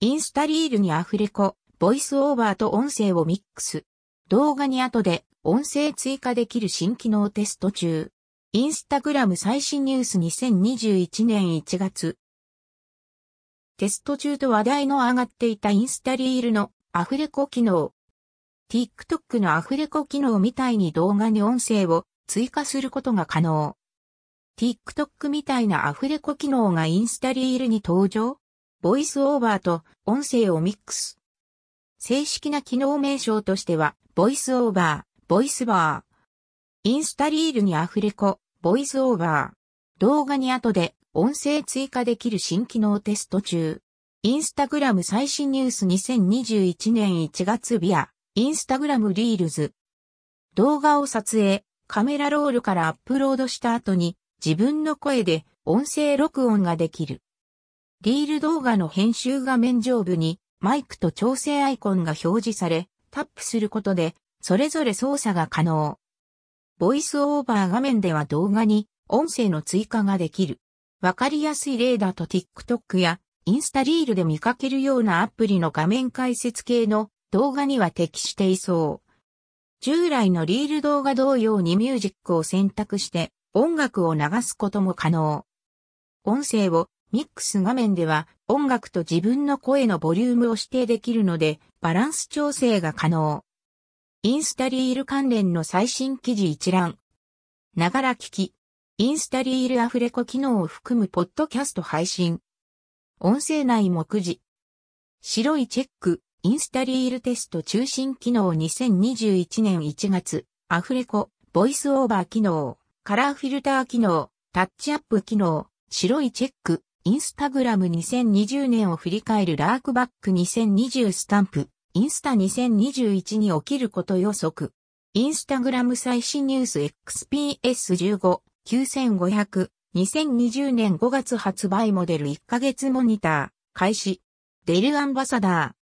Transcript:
インスタリールにアフレコ、ボイスオーバーと音声をミックス。動画に後で音声追加できる新機能テスト中。インスタグラム最新ニュース2021年1月。テスト中と話題の上がっていたインスタリールのアフレコ機能。TikTok のアフレコ機能みたいに動画に音声を追加することが可能。TikTok みたいなアフレコ機能がインスタリールに登場？ボイスオーバーと音声をミックス。正式な機能名称としては、ボイスオーバー、ボイスバー。インスタリールにアフレコ、ボイスオーバー。動画に後で音声追加できる新機能テスト中。インスタグラム最新ニュース2021年1月ビア、インスタグラムリールズ。動画を撮影、カメラロールからアップロードした後に自分の声で音声録音ができる。リール動画の編集画面上部にマイクと調整アイコンが表示され、タップすることでそれぞれ操作が可能。ボイスオーバー画面では動画に音声の追加ができる。わかりやすい例だと TikTok やインスタリールで見かけるようなアプリの画面解説系の動画には適していそう。従来のリール動画同様にミュージックを選択して音楽を流すことも可能。音声をミックス画面では音楽と自分の声のボリュームを指定できるのでバランス調整が可能。インスタリール関連の最新記事一覧。ながら聞き。インスタリールアフレコ機能を含むポッドキャスト配信。音声内目次。白いチェック。インスタリールテスト中心機能2021年1月。アフレコ。ボイスオーバー機能。カラーフィルター機能。タッチアップ機能。白いチェック。インスタグラム2020年を振り返るラークバック2020スタンプ。インスタ2021に起きること予測。インスタグラム最新ニュース XPS15 9500。2020年5月発売モデル1ヶ月モニター。開始。デルアンバサダー。